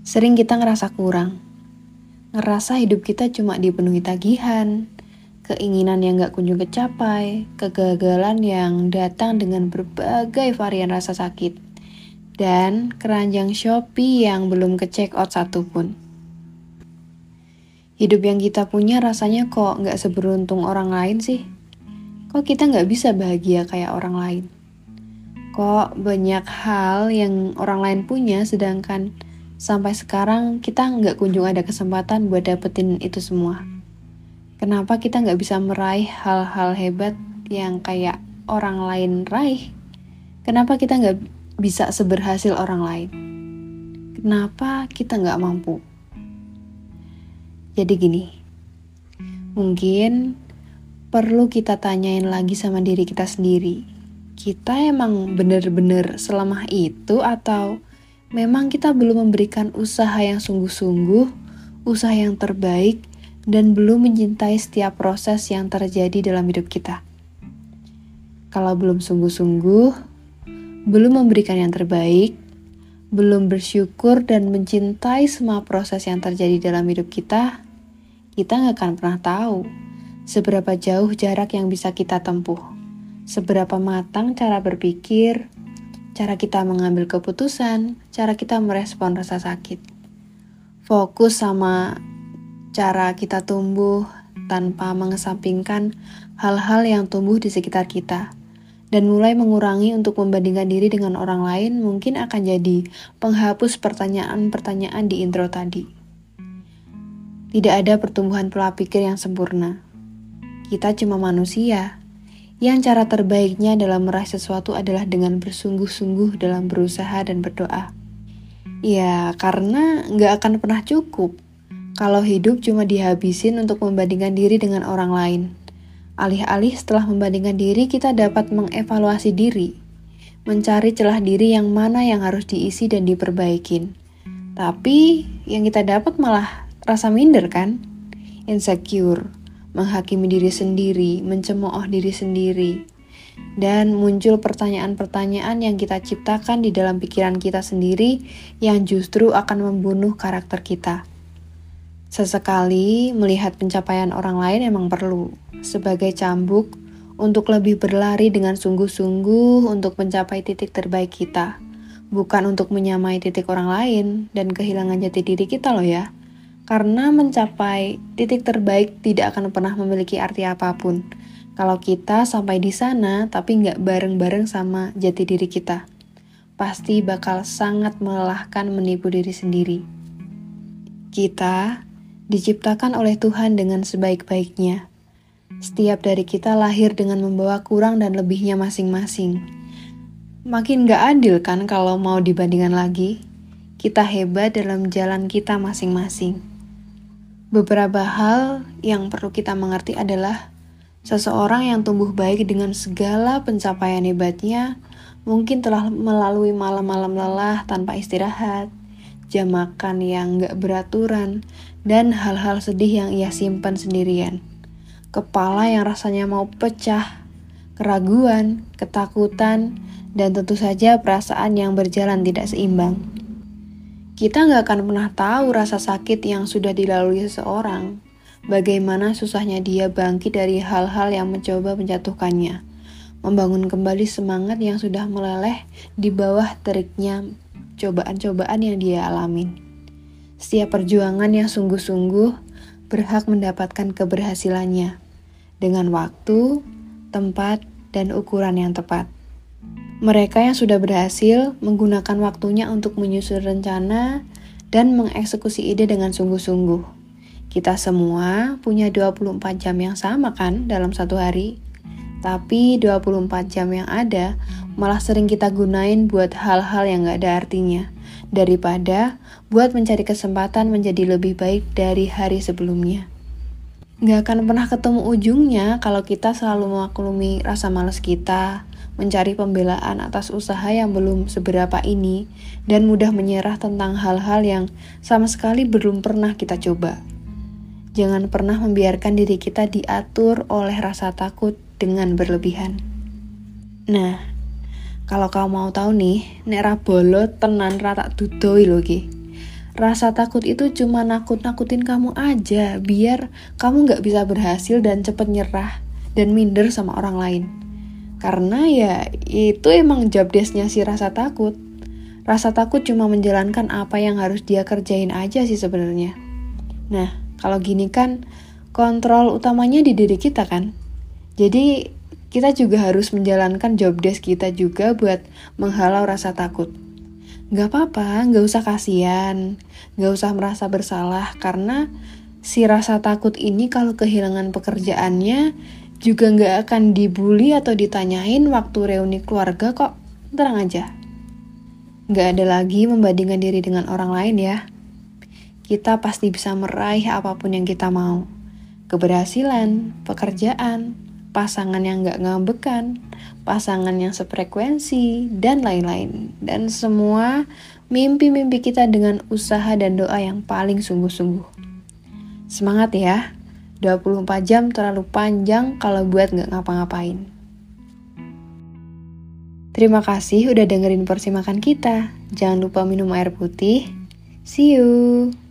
Sering kita ngerasa kurang, ngerasa hidup kita cuma dipenuhi tagihan, keinginan yang gak kunjung kecapai, kegagalan yang datang dengan berbagai varian rasa sakit, dan keranjang Shopee yang belum ke-check out satupun. Hidup yang kita punya rasanya kok gak seberuntung orang lain sih? Kok kita gak bisa bahagia kayak orang lain? Kok banyak hal yang orang lain punya sedangkan sampai sekarang kita nggak kunjung ada kesempatan buat dapetin itu semua. Kenapa kita nggak bisa meraih hal-hal hebat yang kayak orang lain raih? Kenapa kita nggak bisa seberhasil orang lain? Kenapa kita nggak mampu? Jadi gini, mungkin perlu kita tanyain lagi sama diri kita sendiri. Kita emang bener-bener selemah itu atau memang kita belum memberikan usaha yang sungguh-sungguh, usaha yang terbaik, dan belum mencintai setiap proses yang terjadi dalam hidup kita. Kalau belum sungguh-sungguh, belum memberikan yang terbaik, belum bersyukur dan mencintai semua proses yang terjadi dalam hidup kita gak akan pernah tahu seberapa jauh jarak yang bisa kita tempuh, seberapa matang cara berpikir, cara kita mengambil keputusan, cara kita merespon rasa sakit. Fokus sama cara kita tumbuh tanpa mengesampingkan hal-hal yang tumbuh di sekitar kita. Dan mulai mengurangi untuk membandingkan diri dengan orang lain mungkin akan jadi penghapus pertanyaan-pertanyaan di intro tadi. Tidak ada pertumbuhan pola pikir yang sempurna. Kita cuma manusia. Yang cara terbaiknya dalam meraih sesuatu adalah dengan bersungguh-sungguh dalam berusaha dan berdoa. Ya, karena gak akan pernah cukup kalau hidup cuma dihabisin untuk membandingkan diri dengan orang lain. Alih-alih setelah membandingkan diri, kita dapat mengevaluasi diri, mencari celah diri yang mana yang harus diisi dan diperbaikin. Tapi yang kita dapat malah rasa minder kan? Insecure, menghakimi diri sendiri, mencemooh diri sendiri, dan muncul pertanyaan-pertanyaan yang kita ciptakan di dalam pikiran kita sendiri yang justru akan membunuh karakter kita. Sesekali melihat pencapaian orang lain emang perlu, sebagai cambuk untuk lebih berlari dengan sungguh-sungguh untuk mencapai titik terbaik kita, bukan untuk menyamai titik orang lain dan kehilangan jati diri kita loh ya. Karena mencapai titik terbaik tidak akan pernah memiliki arti apapun kalau kita sampai di sana tapi nggak bareng-bareng sama jati diri kita. Pasti bakal sangat melelahkan menipu diri sendiri. Kita diciptakan oleh Tuhan dengan sebaik-baiknya. Setiap dari kita lahir dengan membawa kurang dan lebihnya masing-masing. Makin nggak adil kan kalau mau dibandingkan lagi. Kita hebat dalam jalan kita masing-masing. Beberapa hal yang perlu kita mengerti adalah seseorang yang tumbuh baik dengan segala pencapaian hebatnya mungkin telah melalui malam-malam lelah tanpa istirahat, jam makan yang gak beraturan, dan hal-hal sedih yang ia simpan sendirian. Kepala yang rasanya mau pecah, keraguan, ketakutan, dan tentu saja perasaan yang berjalan tidak seimbang. Kita gak akan pernah tahu rasa sakit yang sudah dilalui seseorang, bagaimana susahnya dia bangkit dari hal-hal yang mencoba menjatuhkannya, membangun kembali semangat yang sudah meleleh di bawah teriknya cobaan-cobaan yang dia alamin. Setiap perjuangan yang sungguh-sungguh berhak mendapatkan keberhasilannya, dengan waktu, tempat, dan ukuran yang tepat. Mereka yang sudah berhasil menggunakan waktunya untuk menyusun rencana dan mengeksekusi ide dengan sungguh-sungguh. Kita semua punya 24 jam yang sama kan dalam satu hari. Tapi 24 jam yang ada malah sering kita gunain buat hal-hal yang gak ada artinya. Daripada buat mencari kesempatan menjadi lebih baik dari hari sebelumnya. Gak akan pernah ketemu ujungnya kalau kita selalu memaklumi rasa malas kita, mencari pembelaan atas usaha yang belum seberapa ini, dan mudah menyerah tentang hal-hal yang sama sekali belum pernah kita coba. Jangan pernah membiarkan diri kita diatur oleh rasa takut dengan berlebihan. Nah, kalau kau mau tahu nih, nek ra bolot tenan ra tak dudoi lho ki. rasa takut itu cuma nakut-nakutin kamu aja, biar kamu gak bisa berhasil dan cepet nyerah dan minder sama orang lain. Karena ya itu emang job desk-nya si rasa takut. Rasa takut cuma menjalankan apa yang harus dia kerjain aja sih sebenarnya. Nah, kalau gini kan kontrol utamanya di diri kita kan. Jadi kita juga harus menjalankan job desk kita juga buat menghalau rasa takut. Gak apa-apa, gak usah kasihan, gak usah merasa bersalah, karena si rasa takut ini kalau kehilangan pekerjaannya juga gak akan dibully atau ditanyain waktu reuni keluarga kok, tenang aja. Gak ada lagi membandingkan diri dengan orang lain ya. Kita pasti bisa meraih apapun yang kita mau. Keberhasilan, pekerjaan, pasangan yang gak ngambekan, pasangan yang sefrekuensi, dan lain-lain. Dan semua mimpi-mimpi kita dengan usaha dan doa yang paling sungguh-sungguh. Semangat ya, 24 jam terlalu panjang kalau buat gak ngapa-ngapain. Terima kasih udah dengerin porsi makan kita. Jangan lupa minum air putih. See you!